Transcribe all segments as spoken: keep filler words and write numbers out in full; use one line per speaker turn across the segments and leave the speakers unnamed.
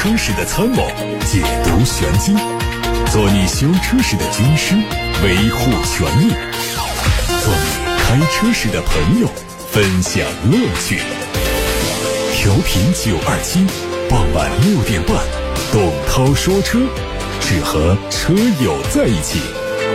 车时的参谋，解读玄机，做你修车时的军师，维护权益，做你开车时的朋友，分享乐趣。调频九二七，傍晚六点半，董涛说车，只和车友在一起。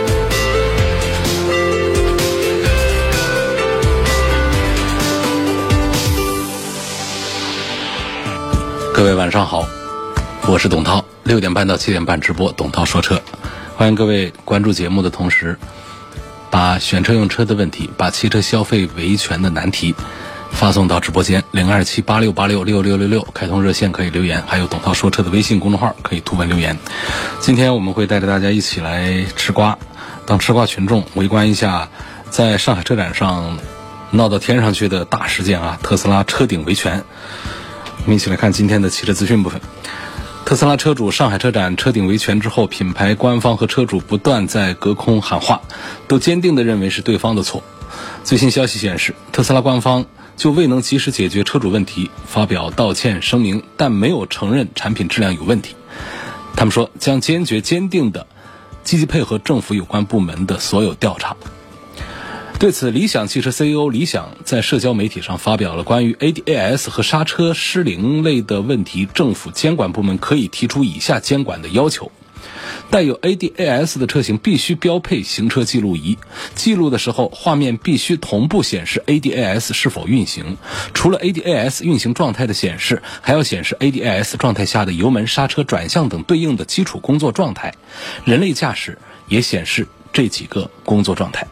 各位晚上好，我是董涛，六点半到七点半直播董涛说车，欢迎各位关注节目的同时，把选车用车的问题，把汽车消费维权的难题发送到直播间零二七八六八六六六六六，开通热线可以留言，还有董涛说车的微信公众号可以图文留言。今天我们会带着大家一起来吃瓜，当吃瓜群众围观一下在上海车展上闹到天上去的大事件啊，特斯拉车顶维权。我们一起来看今天的汽车资讯部分。特斯拉车主上海车展车顶维权之后，品牌官方和车主不断在隔空喊话，都坚定地认为是对方的错。最新消息显示，特斯拉官方就未能及时解决车主问题发表道歉声明，但没有承认产品质量有问题。他们说将坚决坚定地积极配合政府有关部门的所有调查。对此，理想汽车 C E O 李想在社交媒体上发表了关于 A D A S 和刹车失灵类的问题，政府监管部门可以提出以下监管的要求：带有 A D A S 的车型必须标配行车记录仪，记录的时候画面必须同步显示 A D A S 是否运行，除了 A D A S 运行状态的显示，还要显示 A D A S 状态下的油门、刹车、转向等对应的基础工作状态，人类驾驶也显示这几个工作状态。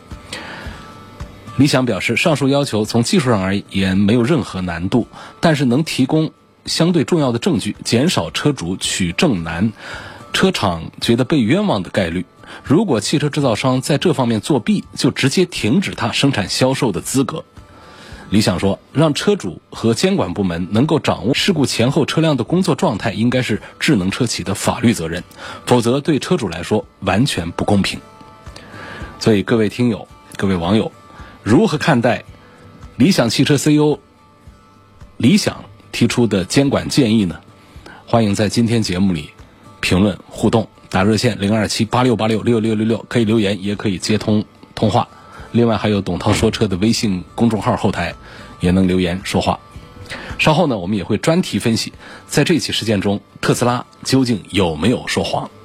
理想表示，上述要求从技术上而言没有任何难度，但是能提供相对重要的证据，减少车主取证难、车厂觉得被冤枉的概率。如果汽车制造商在这方面作弊，就直接停止他生产销售的资格。理想说，让车主和监管部门能够掌握事故前后车辆的工作状态，应该是智能车企的法律责任，否则对车主来说完全不公平。所以各位听友、各位网友，如何看待理想汽车 C E O 理想提出的监管建议呢？欢迎在今天节目里评论互动，打热线零二七八六八六六六六六，可以留言，也可以接通通话。另外还有董涛说车的微信公众号后台也能留言说话。稍后呢，我们也会专题分析，在这起事件中，特斯拉究竟有没有说谎。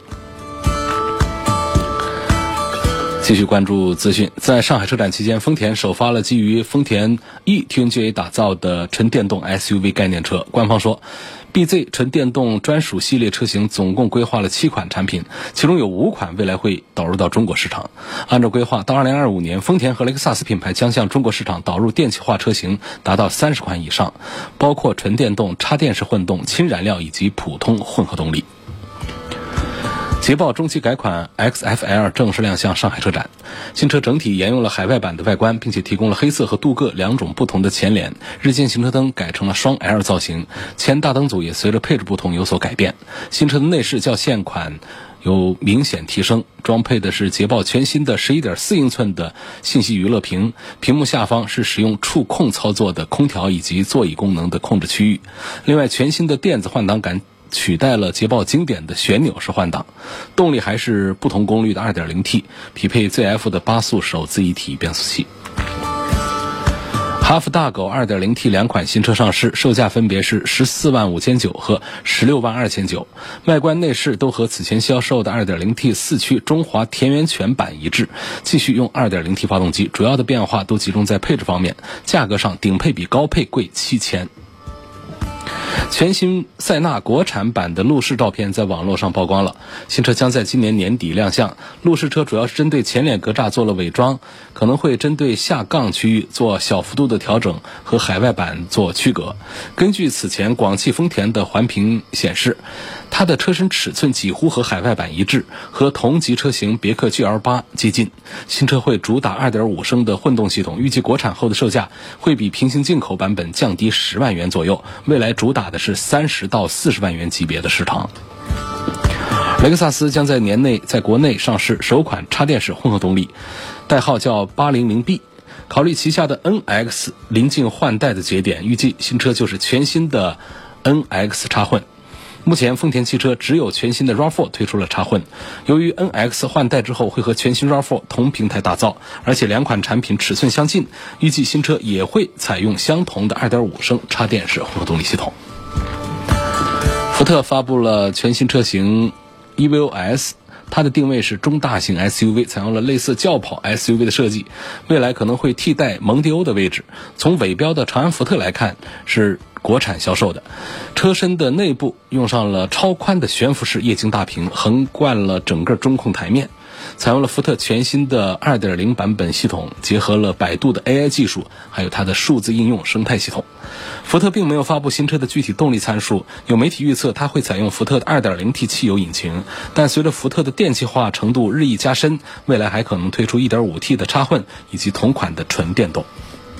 继续关注资讯，在上海车展期间，丰田首发了基于丰田 E T N G A 打造的纯电动 S U V 概念车。官方说 B Z 纯电动专属系列车型总共规划了七款产品，其中有五款未来会导入到中国市场。按照规划，到二零二五年，丰田和雷克萨斯品牌将向中国市场导入电气化车型达到三十款以上，包括纯电动、插电式混动、氢燃料以及普通混合动力。捷豹中期改款 X F L 正式亮相上海车展，新车整体沿用了海外版的外观，并且提供了黑色和镀铬两种不同的前脸，日间行车灯改成了双 L 造型，前大灯组也随着配置不同有所改变。新车的内饰较现款有明显提升，装配的是捷豹全新的 十一点四英寸的信息娱乐屏，屏幕下方是使用触控操作的空调以及座椅功能的控制区域。另外，全新的电子换挡杆取代了捷豹经典的旋钮式换挡，动力还是不同功率的 二点零 T， 匹配 Z F 的八速手自一体变速器。哈弗大狗 二点零 T 两款新车上市，售价分别是十四万五千九和十六万二千九，外观内饰都和此前销售的 二点零 T 四驱中华田园犬版一致，继续用 二点零 T 发动机，主要的变化都集中在配置方面，价格上顶配比高配贵七千。全新塞纳国产版的路试照片在网络上曝光了，新车将在今年年底亮相。路试车主要是针对前脸格栅做了伪装，可能会针对下杠区域做小幅度的调整，和海外版做区隔。根据此前广汽丰田的环评显示，它的车身尺寸几乎和海外版一致，和同级车型别克 G L 八 接近。新车会主打 二点五 升的混动系统，预计国产后的售价会比平行进口版本降低十万元左右，未来主打的是三十到四十万元级别的市场。雷克萨斯将在年内在国内上市首款插电式混合动力，代号叫 八零零 B， 考虑旗下的 N X 临近换代的节点，预计新车就是全新的 N X 插混。 目前丰田汽车只有全新的 RAV 四 推出了插混，由于 N X 换代之后会和全新 RAV 四 同平台打造，而且两款产品尺寸相近，预计新车也会采用相同的 二点五升插电式混合动力系统。福特发布了全新车型 E V O S，它的定位是中大型 S U V， 采用了类似轿跑 S U V 的设计，未来可能会替代蒙迪欧的位置。从尾标的长安福特来看，是国产销售的。车身的内部用上了超宽的悬浮式液晶大屏，横贯了整个中控台面，采用了福特全新的 二点零 版本系统，结合了百度的 A I 技术，还有它的数字应用生态系统。福特并没有发布新车的具体动力参数，有媒体预测它会采用福特的 二点零 T 汽油引擎，但随着福特的电气化程度日益加深，未来还可能推出 一点五 T 的插混以及同款的纯电动。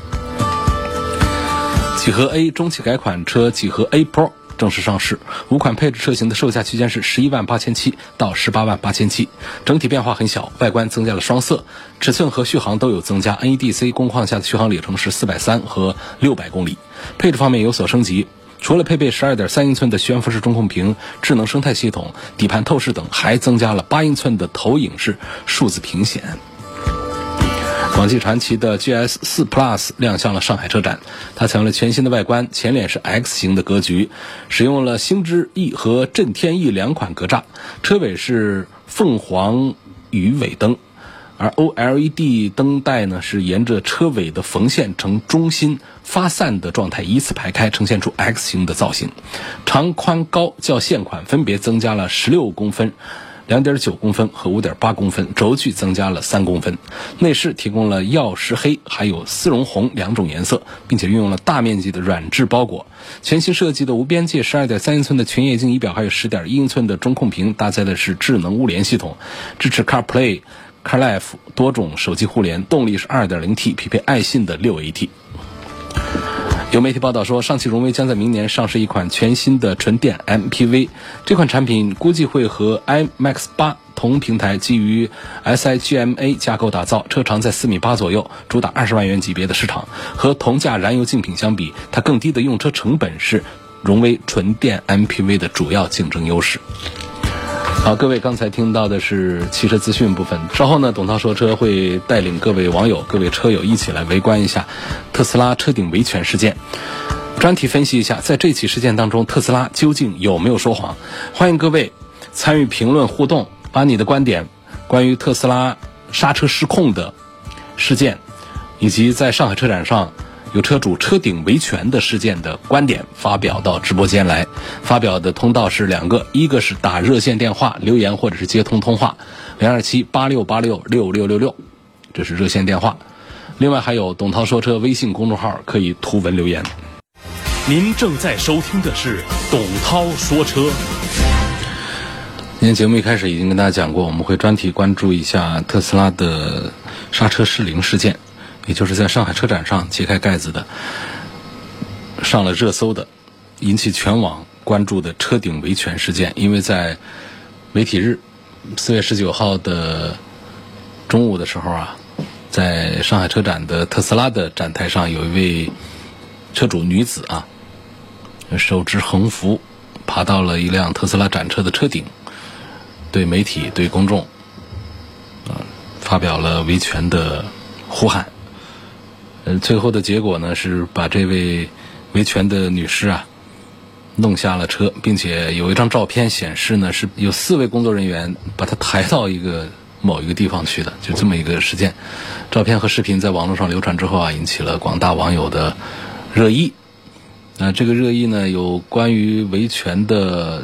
几何 A 中期改款车几何 A Pro 正式上市，五款配置车型的售价区间是十一万八千七到十八万八千七，整体变化很小，外观增加了双色，尺寸和续航都有增加 N E D C 工况下的续航里程是四百三和六百公里。配置方面有所升级，除了配备 十二点三英寸的悬浮式中控屏、智能生态系统、底盘透视等，还增加了八英寸的投影式数字屏显。广汽传祺的 G S 四 Plus 亮相了上海车展，它采用了全新的外观，前脸是 X 型的格局，使用了星之翼和震天翼两款格栅，车尾是凤凰鱼尾灯，而 O L E D 灯带呢是沿着车尾的缝线呈中心发散的状态依次排开，呈现出 X 型的造型。长宽高较现款分别增加了十六公分、两点九公分和五点八公分，轴距增加了三公分。内饰提供了曜石黑还有丝绒红两种颜色，并且运用了大面积的软质包裹。全新设计的无边界 十二点三英寸的全液晶仪表，还有 十点一英寸的中控屏，搭载的是智能物联系统，支持 CarPlay、CarLife 多种手机互联，动力是 二点零 T， 匹配爱信的 六 A T。有媒体报道说，上汽荣威将在明年上市一款全新的纯电 M P V， 这款产品估计会和 i MAX 八同平台，基于 S I G M A 架构打造，车长在四米八左右，主打二十万元级别的市场。和同价燃油竞品相比，它更低的用车成本是荣威纯电 M P V 的主要竞争优势。好，各位刚才听到的是汽车资讯部分，稍后呢董涛说车会带领各位网友各位车友一起来围观一下特斯拉车顶维权事件，专题分析一下在这起事件当中特斯拉究竟有没有说谎。欢迎各位参与评论互动，把你的观点关于特斯拉刹车失控的事件，以及在上海车展上有车主车顶维权的事件的观点发表到直播间来。发表的通道是两个，一个是打热线电话留言或者是接通通话零二七八六八六六六六六，这是热线电话。另外还有董涛说车微信公众号可以图文留言。
您正在收听的是董涛说车。
今天节目一开始已经跟大家讲过，我们会专题关注一下特斯拉的刹车失灵事件，也就是在上海车展上揭开盖子的上了热搜的引起全网关注的车顶维权事件。因为在媒体日四月十九号的中午的时候啊，在上海车展的特斯拉的展台上，有一位车主女子啊，手执横幅爬到了一辆特斯拉展车的车顶，对媒体对公众啊发表了维权的呼喊。呃，最后的结果呢是把这位维权的女士啊弄下了车，并且有一张照片显示呢是有四位工作人员把她抬到一个某一个地方去的，就这么一个事件。照片和视频在网络上流传之后啊，引起了广大网友的热议。那、呃、这个热议呢有关于维权的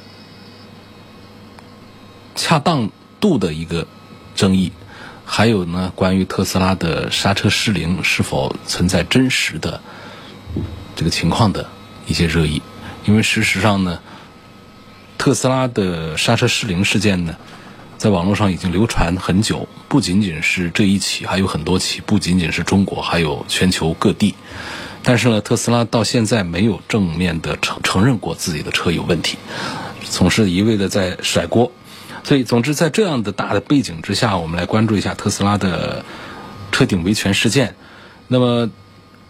恰当度的一个争议，还有呢关于特斯拉的刹车失灵是否存在真实的这个情况的一些热议。因为事实上呢，特斯拉的刹车失灵事件呢在网络上已经流传很久，不仅仅是这一起，还有很多起，不仅仅是中国，还有全球各地。但是呢，特斯拉到现在没有正面的承承认过自己的车有问题，总是一味的在甩锅。所以总之在这样的大的背景之下，我们来关注一下特斯拉的车顶维权事件。那么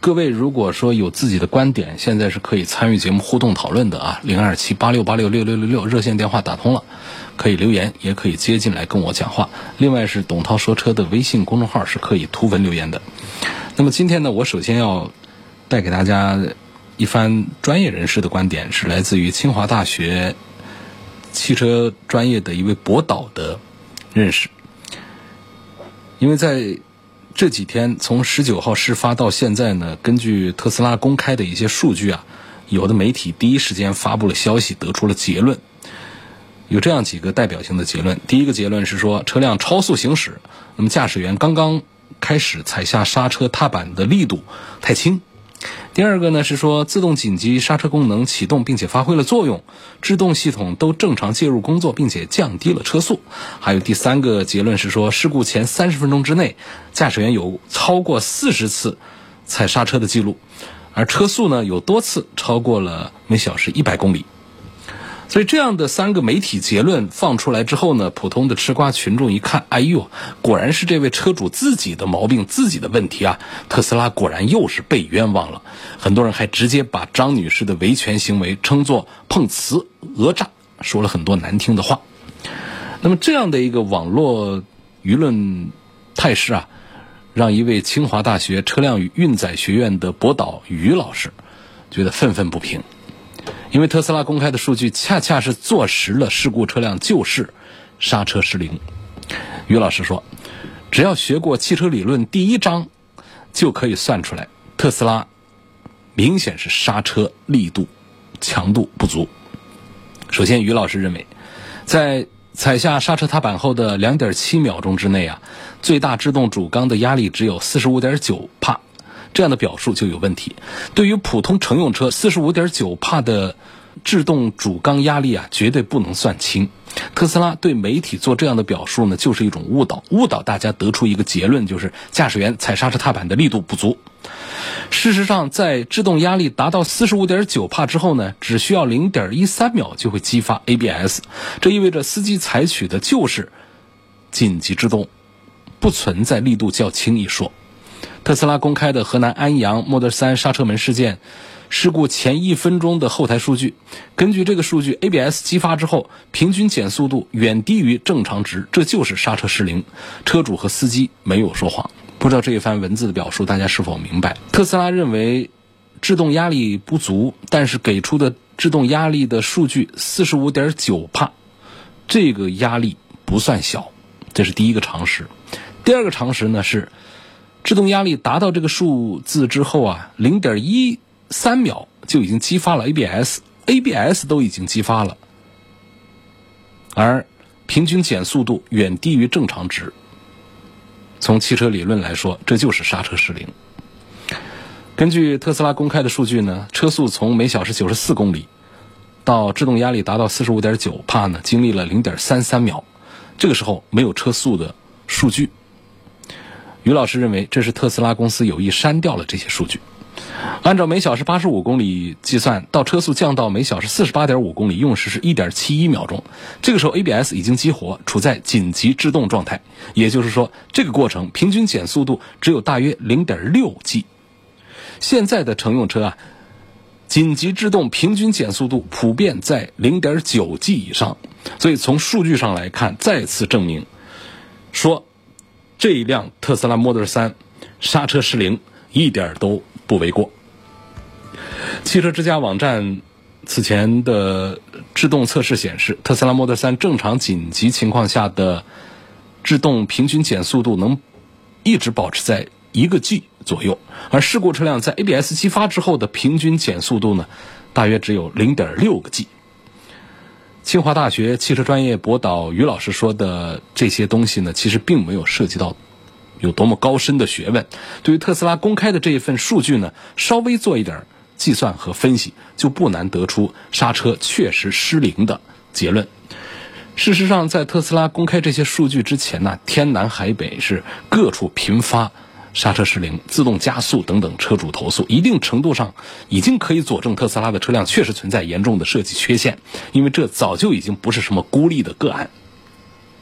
各位如果说有自己的观点，现在是可以参与节目互动讨论的啊，零二七八六八六六六六六热线电话打通了，可以留言，也可以接进来跟我讲话。另外是董涛说车的微信公众号是可以图文留言的。那么今天呢，我首先要带给大家一番专业人士的观点，是来自于清华大学汽车专业的一位博导的认识。因为在这几天从十九号事发到现在呢，根据特斯拉公开的一些数据啊，有的媒体第一时间发布了消息，得出了结论。有这样几个代表性的结论。第一个结论是说，车辆超速行驶，那么驾驶员刚刚开始踩下刹车踏板的力度太轻。第二个呢是说，自动紧急刹车功能启动并且发挥了作用，制动系统都正常介入工作，并且降低了车速。还有第三个结论是说，事故前三十分钟之内，驾驶员有超过四十次踩刹车的记录，而车速呢有多次超过了每小时一百公里。所以这样的三个媒体结论放出来之后呢，普通的吃瓜群众一看，哎呦，果然是这位车主自己的毛病，自己的问题啊，特斯拉果然又是被冤枉了。很多人还直接把张女士的维权行为称作碰瓷讹诈，说了很多难听的话。那么这样的一个网络舆论态势啊，让一位清华大学车辆与运载学院的博导于老师觉得愤愤不平。因为特斯拉公开的数据恰恰是坐实了事故车辆就是刹车失灵。于老师说，只要学过汽车理论第一章就可以算出来，特斯拉明显是刹车力度强度不足。首先，于老师认为，在踩下刹车踏板后的 两点七秒钟之内啊，最大制动主缸的压力只有 四十五点九帕，这样的表述就有问题。对于普通乘用车 四十五点九帕的制动主缸压力啊，绝对不能算轻。特斯拉对媒体做这样的表述呢，就是一种误导，误导大家得出一个结论，就是驾驶员踩刹车踏板的力度不足。事实上，在制动压力达到 四十五点九帕之后呢，只需要 零点一三秒就会激发 A B S， 这意味着司机采取的就是紧急制动，不存在力度较轻一说。特斯拉公开的河南安阳 Model 三刹车门事件事故前一分钟的后台数据，根据这个数据 A B S 激发之后，平均减速度远低于正常值，这就是刹车失灵。车主和司机没有说谎。不知道这一番文字的表述大家是否明白？特斯拉认为制动压力不足，但是给出的制动压力的数据 四十五点九帕，这个压力不算小，这是第一个常识。第二个常识呢是，制动压力达到这个数字之后啊 ，零点一三秒就已经激发了 A B S，A B S 都已经激发了，而平均减速度远低于正常值。从汽车理论来说，这就是刹车失灵。根据特斯拉公开的数据呢，车速从每小时九十四公里到制动压力达到 四十五点九帕呢，经历了 零点三三秒。这个时候没有车速的数据。于老师认为，这是特斯拉公司有意删掉了这些数据。按照每小时八十五公里计算，到车速降到每小时 四十八点五公里，用时是 一点七一秒钟。这个时候 A B S 已经激活，处在紧急制动状态，也就是说，这个过程平均减速度只有大约 零点六 G。现在的乘用车啊，紧急制动平均减速度普遍在 零点九 G 以上。所以从数据上来看，再次证明说这一辆特斯拉 Model 三刹车失灵一点都不为过。汽车之家网站此前的制动测试显示，特斯拉 Model 三正常紧急情况下的制动平均减速度能一直保持在一个 G 左右，而事故车辆在 A B S 激发之后的平均减速度呢，大约只有 零点六个 G。清华大学汽车专业博导于老师说的这些东西呢，其实并没有涉及到有多么高深的学问。对于特斯拉公开的这一份数据呢，稍微做一点计算和分析，就不难得出刹车确实失灵的结论。事实上，在特斯拉公开这些数据之前呢，天南海北是各处频发刹车失灵、自动加速等等车主投诉，一定程度上已经可以佐证特斯拉的车辆确实存在严重的设计缺陷，因为这早就已经不是什么孤立的个案。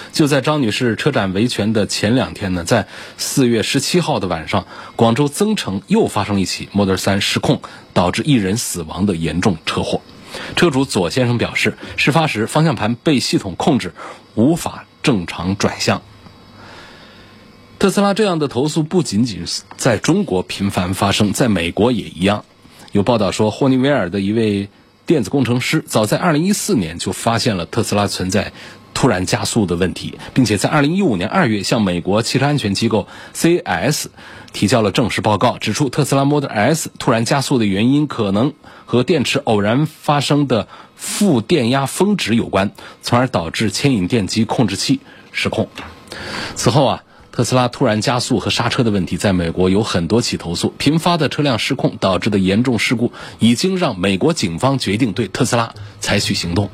就在张女士车展维权的前两天呢，在四月十七号的晚上，广州增城又发生一起 Model 三失控导致一人死亡的严重车祸。车主左先生表示，事发时方向盘被系统控制，无法正常转向。特斯拉这样的投诉不仅仅在中国频繁发生，在美国也一样。有报道说，霍尼韦尔的一位电子工程师早在二零一四年就发现了特斯拉存在突然加速的问题，并且在二零一五年二月向美国汽车安全机构 C I S 提交了正式报告，指出特斯拉 Model S 突然加速的原因可能和电池偶然发生的负电压峰值有关，从而导致牵引电机控制器失控。此后啊，特斯拉突然加速和刹车的问题在美国有很多起投诉，频发的车辆失控导致的严重事故已经让美国警方决定对特斯拉采取行动。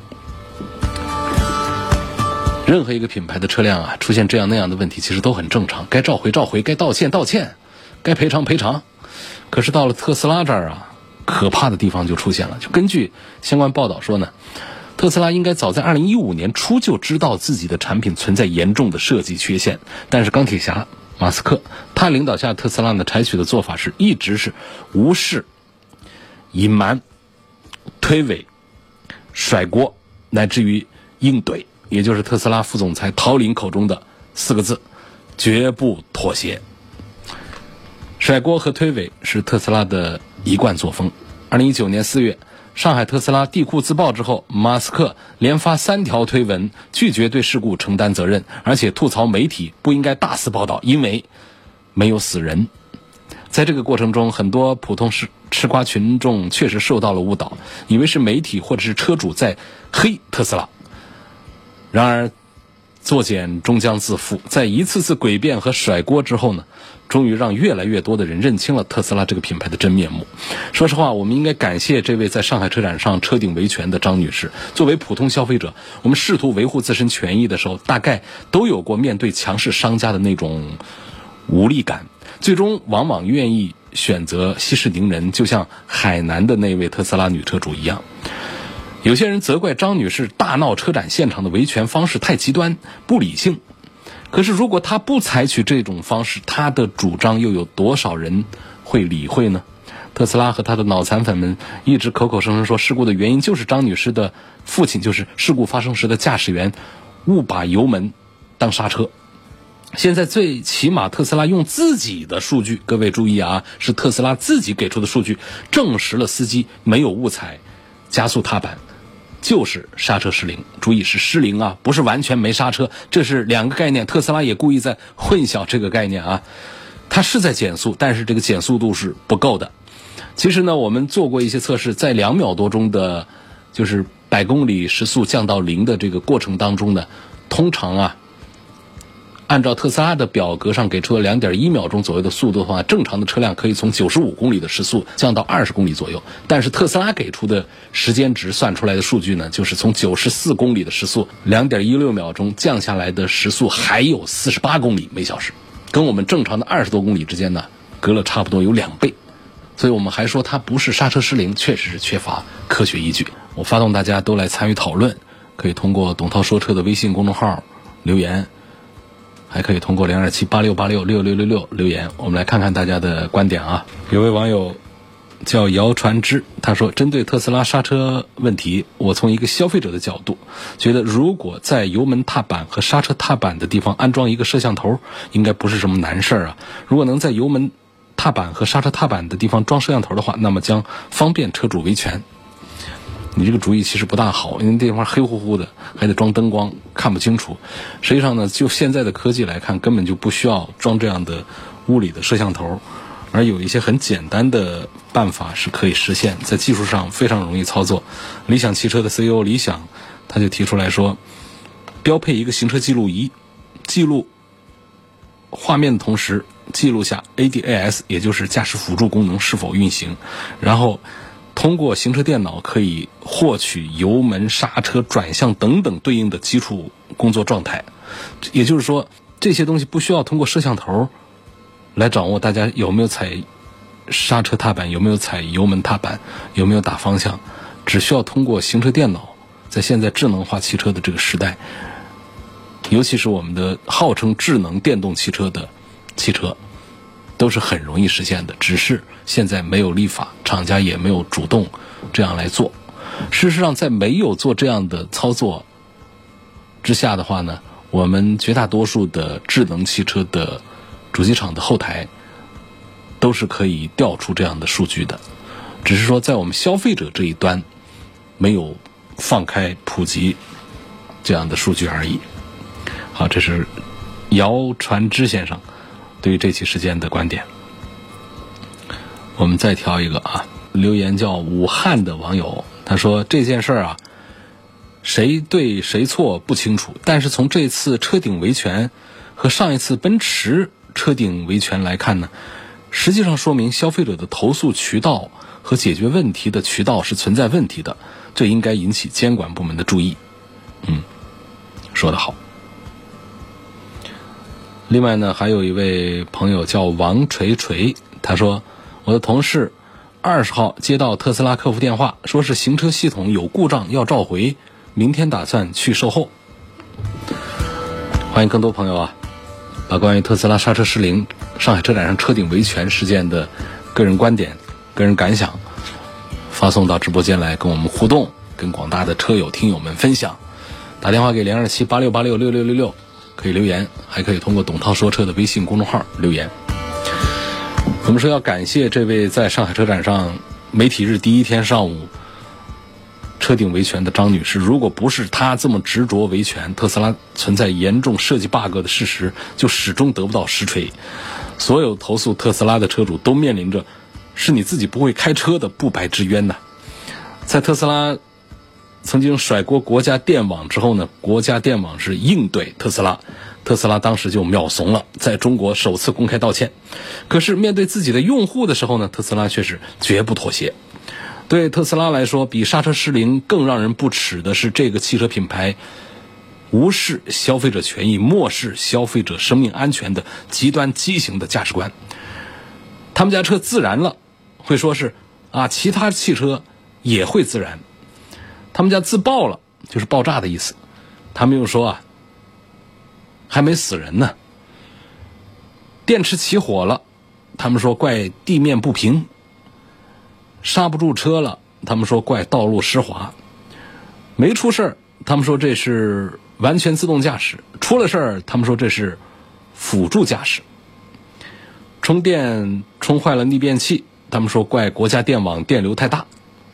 任何一个品牌的车辆啊，出现这样那样的问题其实都很正常，该召回召回，该道歉道歉，该赔偿赔偿。可是到了特斯拉这儿啊，可怕的地方就出现了。就根据相关报道说呢，特斯拉应该早在二零一五年初就知道自己的产品存在严重的设计缺陷，但是钢铁侠马斯克他领导下特斯拉呢，采取的做法是一直是无视、隐瞒、推诿、甩锅，乃至于应对，也就是特斯拉副总裁陶林口中的四个字：绝不妥协。甩锅和推诿是特斯拉的一贯作风。二零一九年四月，上海特斯拉地库自爆之后，马斯克连发三条推文，拒绝对事故承担责任，而且吐槽媒体不应该大肆报道，因为没有死人。在这个过程中，很多普通吃吃瓜群众确实受到了误导，以为是媒体或者是车主在黑特斯拉。然而作茧终将自缚，在一次次诡辩和甩锅之后呢，终于让越来越多的人认清了特斯拉这个品牌的真面目。说实话，我们应该感谢这位在上海车展上车顶维权的张女士。作为普通消费者，我们试图维护自身权益的时候，大概都有过面对强势商家的那种无力感，最终往往愿意选择息事宁人，就像海南的那位特斯拉女车主一样。有些人责怪张女士大闹车展现场的维权方式太极端不理性，可是如果她不采取这种方式，她的主张又有多少人会理会呢？特斯拉和他的脑残粉们一直口口声声说事故的原因就是张女士的父亲，就是事故发生时的驾驶员误把油门当刹车。现在最起码特斯拉用自己的数据，各位注意啊，是特斯拉自己给出的数据，证实了司机没有误踩加速踏板，就是刹车失灵。注意是失灵啊，不是完全没刹车，这是两个概念。特斯拉也故意在混淆这个概念啊，它是在减速，但是这个减速度是不够的。其实呢，我们做过一些测试，在两秒多钟的就是百公里时速降到零的这个过程当中呢，通常啊按照特斯拉的表格上给出的 两点一秒钟左右的速度的话，正常的车辆可以从九十五公里的时速降到二十公里左右。但是特斯拉给出的时间值算出来的数据呢，就是从九十四公里的时速 两点一六秒钟降下来的时速还有四十八公里每小时，跟我们正常的二十多公里之间呢隔了差不多有两倍。所以我们还说它不是刹车失灵，确实是缺乏科学依据。我发动大家都来参与讨论，可以通过董涛说车的微信公众号留言，还可以通过零二七八六八六六六六六留言。我们来看看大家的观点啊。有位网友叫姚传之，他说针对特斯拉刹车问题，我从一个消费者的角度觉得，如果在油门踏板和刹车踏板的地方安装一个摄像头，应该不是什么难事啊。如果能在油门踏板和刹车踏板的地方装摄像头的话，那么将方便车主维权。你这个主意其实不大好，因为地方黑乎乎的，还得装灯光，看不清楚。实际上呢，就现在的科技来看，根本就不需要装这样的物理的摄像头，而有一些很简单的办法是可以实现，在技术上非常容易操作。理想汽车的 C E O 李想他就提出来说，标配一个行车记录仪，记录画面的同时记录下 A D A S， 也就是驾驶辅助功能是否运行，然后通过行车电脑可以获取油门、刹车、转向等等对应的基础工作状态。也就是说，这些东西不需要通过摄像头来掌握大家有没有踩刹车踏板，有没有踩油门踏板，有没有打方向，只需要通过行车电脑，在现在智能化汽车的这个时代， 尤其是我们的号称智能电动汽车的汽车，都是很容易实现的，只是现在没有立法，厂家也没有主动这样来做。事实上，在没有做这样的操作之下的话呢，我们绝大多数的智能汽车的主机厂的后台都是可以调出这样的数据的，只是说在我们消费者这一端没有放开普及这样的数据而已。好，这是姚传之先生对于这起事件的观点。我们再挑一个啊，留言叫武汉的网友，他说这件事儿啊，谁对谁错不清楚，但是从这次车顶维权和上一次奔驰车顶维权来看呢，实际上说明消费者的投诉渠道和解决问题的渠道是存在问题的，这应该引起监管部门的注意。嗯，说得好。另外呢，还有一位朋友叫王锤锤，他说我的同事二十号接到特斯拉客服电话，说是行车系统有故障要召回，明天打算去售后。欢迎更多朋友啊，把关于特斯拉刹车失灵、上海车展上车顶维权事件的个人观点、个人感想发送到直播间来跟我们互动，跟广大的车友听友们分享。打电话给零二七八六八六六六六六可以留言，还可以通过董涛说车的微信公众号留言。我们说要感谢这位在上海车展上媒体日第一天上午车顶维权的张女士，如果不是她这么执着维权，特斯拉存在严重设计 bug 的事实就始终得不到实锤。所有投诉特斯拉的车主都面临着是你自己不会开车的不白之冤呐。在特斯拉曾经甩锅国家电网之后呢，国家电网是应对特斯拉，特斯拉当时就秒怂了，在中国首次公开道歉。可是面对自己的用户的时候呢，特斯拉却是绝不妥协。对特斯拉来说，比刹车失灵更让人不齿的是这个汽车品牌无视消费者权益、漠视消费者生命安全的极端畸形的价值观。他们家车自燃了，会说是啊，其他汽车也会自燃。他们家自爆了，就是爆炸的意思。他们又说啊，还没死人呢。电池起火了，他们说怪地面不平。刹不住车了，他们说怪道路湿滑。没出事儿，他们说这是完全自动驾驶。出了事儿，他们说这是辅助驾驶。充电充坏了逆变器，他们说怪国家电网电流太大。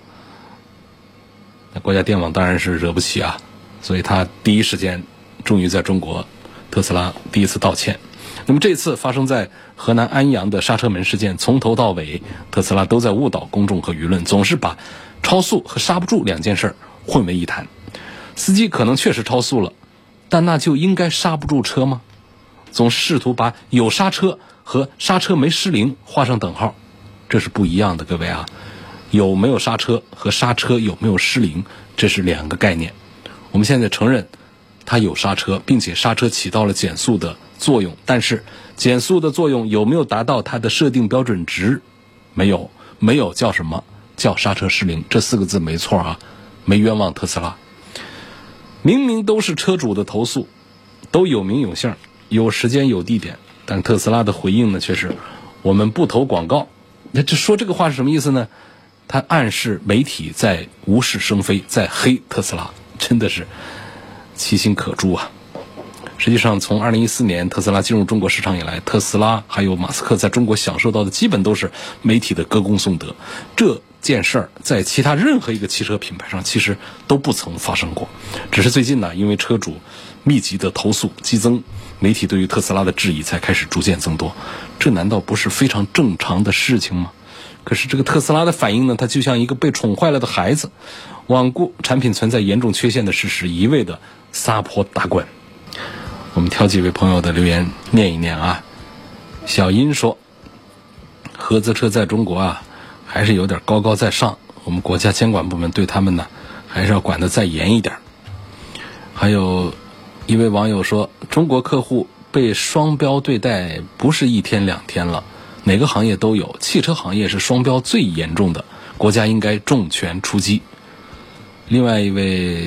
那国家电网当然是惹不起啊，所以他第一时间终于在中国特斯拉第一次道歉。那么这次发生在河南安阳的刹车门事件，从头到尾特斯拉都在误导公众和舆论，总是把超速和刹不住两件事混为一谈。司机可能确实超速了，但那就应该刹不住车吗？总是试图把有刹车和刹车没失灵画上等号，这是不一样的，各位啊。有没有刹车和刹车有没有失灵，这是两个概念。我们现在承认它有刹车，并且刹车起到了减速的作用，但是减速的作用有没有达到它的设定标准值？没有，没有叫什么？叫刹车失灵，这四个字没错啊，没冤枉特斯拉。明明都是车主的投诉，都有名有姓，有时间有地点，但特斯拉的回应呢，却是我们不投广告。那这说这个话是什么意思呢？他暗示媒体在无事生非，在黑特斯拉，真的是其心可诛啊。实际上从二零一四年特斯拉进入中国市场以来，特斯拉还有马斯克在中国享受到的基本都是媒体的歌功颂德。这件事儿在其他任何一个汽车品牌上其实都不曾发生过，只是最近呢，因为车主密集的投诉激增，媒体对于特斯拉的质疑才开始逐渐增多。这难道不是非常正常的事情吗？可是这个特斯拉的反应呢，它就像一个被宠坏了的孩子，罔顾产品存在严重缺陷的事实，一味的撒泼打滚。我们挑几位朋友的留言念一念啊。小英说，合资车在中国啊还是有点高高在上，我们国家监管部门对他们呢还是要管得再严一点。还有一位网友说，中国客户被双标对待不是一天两天了，哪个行业都有，汽车行业是双标最严重的，国家应该重拳出击。另外一位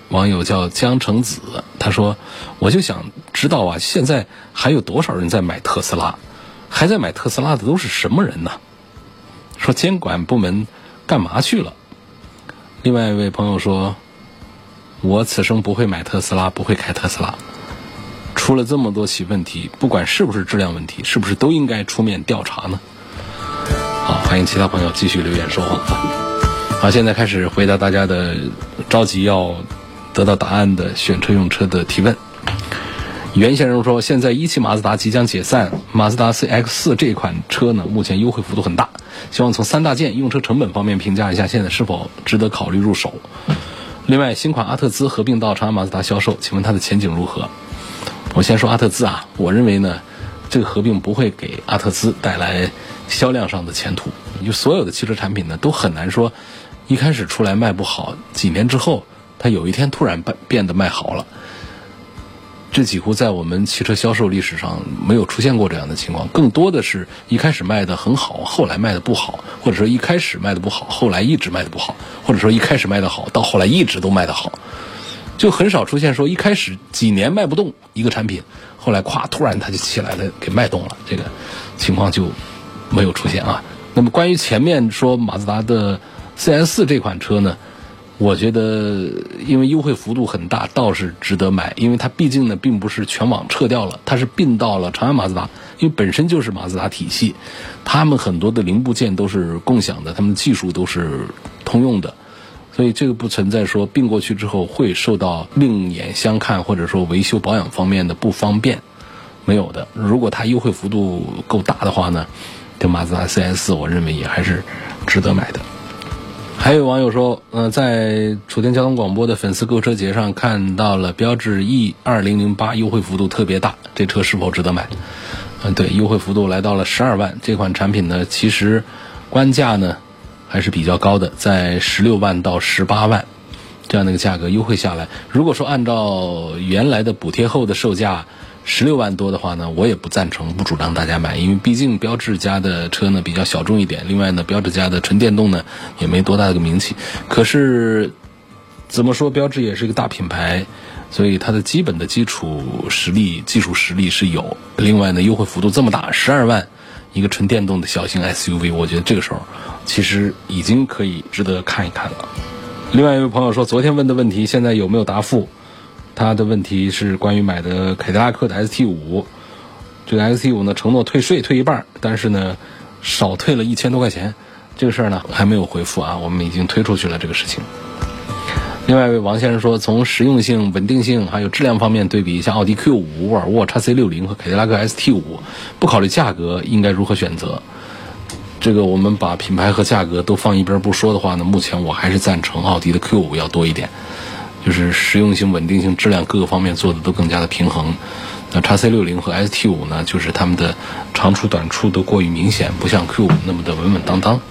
网友叫江城子，他说我就想知道啊，现在还有多少人在买特斯拉？还在买特斯拉的都是什么人呢？说监管部门干嘛去了？另外一位朋友说，我此生不会买特斯拉，不会开特斯拉。出了这么多起问题，不管是不是质量问题，是不是都应该出面调查呢？好，欢迎其他朋友继续留言说话啊。好，现在开始回答大家的着急要得到答案的选车用车的提问。袁先生说，现在一汽马自达即将解散，马自达 C X 四 这款车呢，目前优惠幅度很大，希望从三大件用车成本方面评价一下，现在是否值得考虑入手。另外，新款阿特兹合并到长安马自达销售，请问它的前景如何？我先说阿特兹啊，我认为呢，这个合并不会给阿特兹带来销量上的前途。就所有的汽车产品呢，都很难说一开始出来卖不好，几年之后它有一天突然变得卖好了。这几乎在我们汽车销售历史上没有出现过这样的情况，更多的是一开始卖的很好，后来卖的不好，或者说一开始卖的不好，后来一直卖的不好，或者说一开始卖的好，到后来一直都卖的好。就很少出现说一开始几年卖不动一个产品，后来咵突然它就起来了，给卖动了，这个情况就没有出现啊。那么关于前面说马自达的 C S 四 这款车呢，我觉得因为优惠幅度很大，倒是值得买，因为它毕竟呢并不是全网撤掉了，它是并到了长安马自达，因为本身就是马自达体系，他们很多的零部件都是共享的，他们的技术都是通用的，所以这个不存在说并过去之后会受到另眼相看或者说维修保养方面的不方便，没有的。如果它优惠幅度够大的话呢，这马自达 C S 四 我认为也还是值得买的。还有网友说，呃，在楚天交通广播的粉丝购车节上看到了标致 E 二零零八优惠幅度特别大，这车是否值得买？嗯，对，优惠幅度来到了十二万，这款产品呢，其实官价呢还是比较高的，在十六万到十八万这样的一个价格优惠下来，如果说按照原来的补贴后的售价十六万多的话呢，我也不赞成，不主张大家买，因为毕竟标致家的车呢比较小众一点，另外呢标致家的纯电动呢也没多大的个名气。可是怎么说，标致也是一个大品牌，所以它的基本的基础实力技术实力是有，另外呢优惠幅度这么大，十二万一个纯电动的小型 S U V， 我觉得这个时候其实已经可以值得看一看了。另外一位朋友说，昨天问的问题现在有没有答复？他的问题是关于买的凯迪拉克的 S T 五， 这个 S T 五 呢承诺退税退一半，但是呢少退了一千多块钱，这个事儿呢还没有回复啊，我们已经推出去了这个事情。另外一位王先生说，从实用性、稳定性还有质量方面对比一下奥迪 Q 五、沃尔沃 X C 六十 和凯迪拉克 S T 五， 不考虑价格应该如何选择？这个我们把品牌和价格都放一边不说的话呢，目前我还是赞成奥迪的 Q 五 要多一点，就是实用性、稳定性、质量各个方面做的都更加的平衡。那 X C 六十 和 S T 五 呢，就是他们的长处短处都过于明显，不像 Q 五 那么的稳稳当当。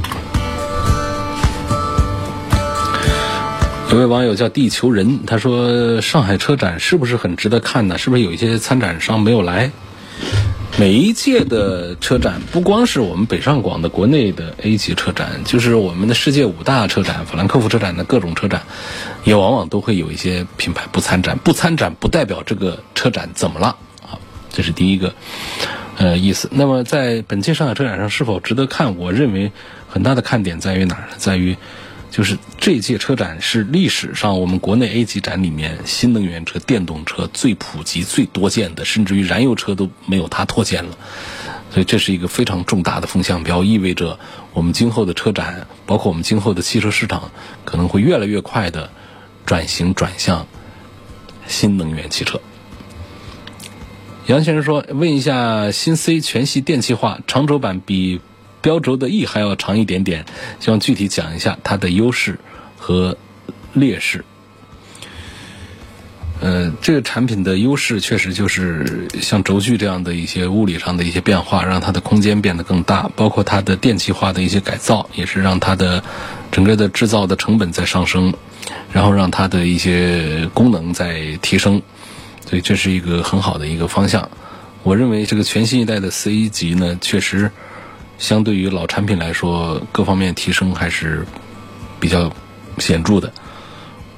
有位网友叫地球人，他说上海车展是不是很值得看呢？是不是有一些参展商没有来？每一届的车展不光是我们北上广的国内的 A 级车展，就是我们的世界五大车展、法兰克福车展的各种车展，也往往都会有一些品牌不参展。不参展不代表这个车展怎么了啊？这是第一个呃意思。那么在本届上海车展上是否值得看？我认为很大的看点在于哪儿呢？在于就是这一届车展是历史上我们国内 A 级展里面新能源车、电动车最普及、最多见的，甚至于燃油车都没有它多见了。所以这是一个非常重大的风向标，意味着我们今后的车展，包括我们今后的汽车市场，可能会越来越快的转型转向新能源汽车。杨先生说，问一下，新 C 全系电气化，长轴版比标轴的 E 还要长一点点，希望具体讲一下它的优势和劣势。呃，这个产品的优势确实就是像轴距这样的一些物理上的一些变化，让它的空间变得更大，包括它的电气化的一些改造，也是让它的整个的制造的成本在上升，然后让它的一些功能在提升，所以这是一个很好的一个方向。我认为这个全新一代的 C 级呢，确实相对于老产品来说，各方面提升还是比较显著的。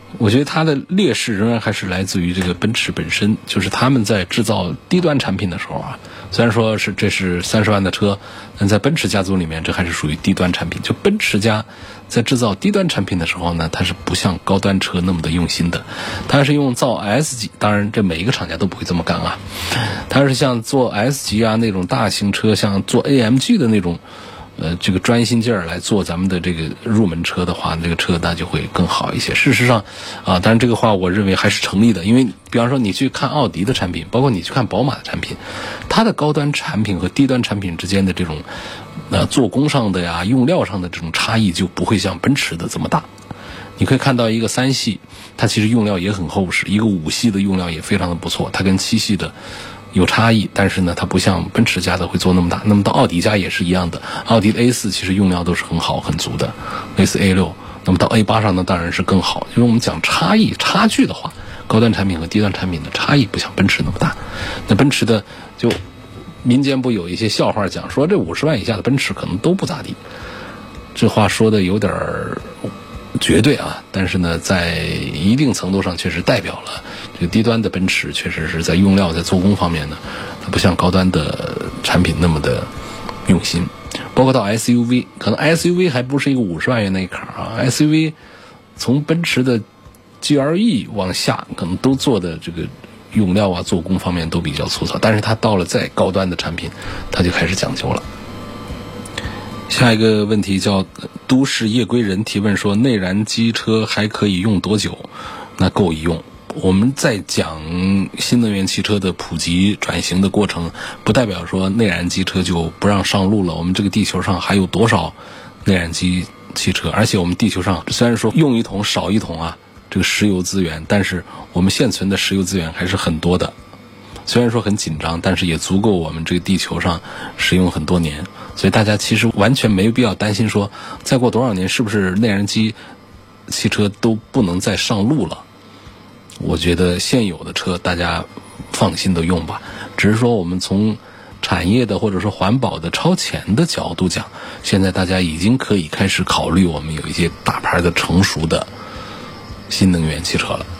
我觉得它的劣势仍然还是来自于这个奔驰本身，就是他们在制造低端产品的时候啊，虽然说是这是三十万的车，但在奔驰家族里面这还是属于低端产品。就奔驰家在制造低端产品的时候呢，它是不像高端车那么的用心的，它是用造 S 级，当然这每一个厂家都不会这么干啊，它是像做 S 级啊那种大型车，像做 A M G 的那种呃，这个专心劲儿来做咱们的这个入门车的话，这个车那就会更好一些。事实上，啊，当然这个话我认为还是成立的，因为比方说你去看奥迪的产品，包括你去看宝马的产品，它的高端产品和低端产品之间的这种呃做工上的呀、用料上的这种差异就不会像奔驰的这么大。你可以看到一个三系，它其实用料也很厚实；一个五系的用料也非常的不错，它跟七系的有差异，但是呢，它不像奔驰家的会做那么大。那么到奥迪家也是一样的，奥迪的 A 四 其实用料都是很好很足的 ，A 四 A 六，那么到 A 八 上呢，当然是更好。就是我们讲差异差距的话，高端产品和低端产品的差异不像奔驰那么大。那奔驰的就民间不有一些笑话讲说，这五十万以下的奔驰可能都不咋地，这话说的有点绝对啊，但是呢，在一定程度上确实代表了这个低端的奔驰确实是在用料在做工方面呢，它不像高端的产品那么的用心。包括到 S U V， 可能 S U V 还不是一个五十万元那一坎啊 ，S U V 从奔驰的 G L E 往下，可能都做的这个用料啊、做工方面都比较粗糙，但是它到了再高端的产品，它就开始讲究了。下一个问题叫都市夜归人提问说，内燃机车还可以用多久？那够一用。我们在讲新能源汽车的普及转型的过程，不代表说内燃机车就不让上路了。我们这个地球上还有多少内燃机汽车？而且我们地球上虽然说用一桶少一桶啊，这个石油资源，但是我们现存的石油资源还是很多的。虽然说很紧张，但是也足够我们这个地球上使用很多年，所以大家其实完全没有必要担心说再过多少年是不是内燃机汽车都不能再上路了。我觉得现有的车大家放心的用吧，只是说我们从产业的或者说环保的超前的角度讲，现在大家已经可以开始考虑我们有一些大牌的成熟的新能源汽车了。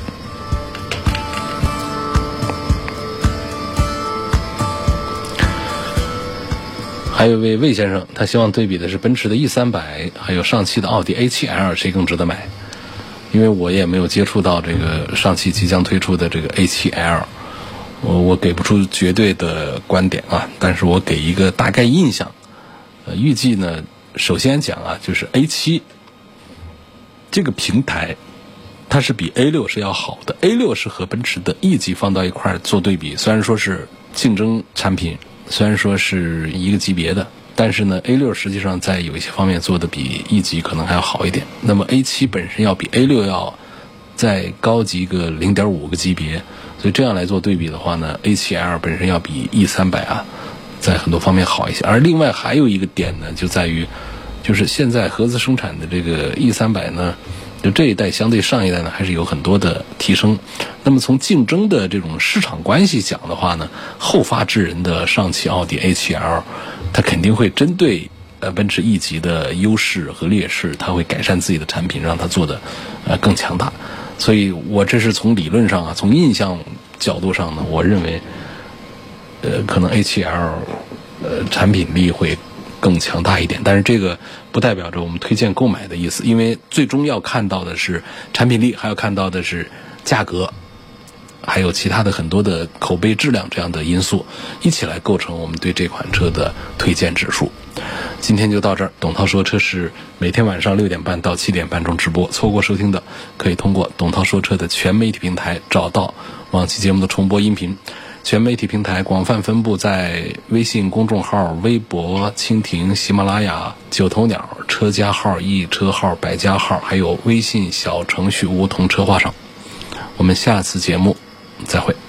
还有一位魏先生，他希望对比的是奔驰的 E 三百，还有上汽的奥迪 A 七 L， 谁更值得买？因为我也没有接触到这个上汽即将推出的这个 A 七 L， 我我给不出绝对的观点啊，但是我给一个大概印象。呃，预计呢，首先讲啊，就是 A 七 这个平台，它是比 A 六 是要好的。A 六 是和奔驰的 E 级放到一块做对比，虽然说是竞争产品，虽然说是一个级别的，但是呢 A 六 实际上在有一些方面做的比 E 级可能还要好一点。那么 A 七 本身要比 A 六 要再高级个 零点五 个级别，所以这样来做对比的话呢， A 七 L 本身要比 E 三百 啊在很多方面好一些。而另外还有一个点呢，就在于就是现在合资生产的这个 E 三百 呢，就这一代相对上一代呢还是有很多的提升。那么从竞争的这种市场关系讲的话呢，后发制人的上汽奥迪 A 七 L 它肯定会针对呃奔驰 E 级的优势和劣势，它会改善自己的产品，让它做的呃更强大。所以我这是从理论上啊，从印象角度上呢，我认为呃可能 A 七 L 呃产品力会更强大一点，但是这个不代表着我们推荐购买的意思，因为最终要看到的是产品力，还要看到的是价格，还有其他的很多的口碑质量这样的因素一起来构成我们对这款车的推荐指数。今天就到这儿，董涛说车是每天晚上六点半到七点半中直播，错过收听的可以通过董涛说车的全媒体平台找到往期节目的重播音频。全媒体平台广泛分布在微信公众号、微博、蜻蜓、喜马拉雅、九头鸟、车家号、易车号、百家号，还有微信小程序梧桐车话上。我们下次节目再会。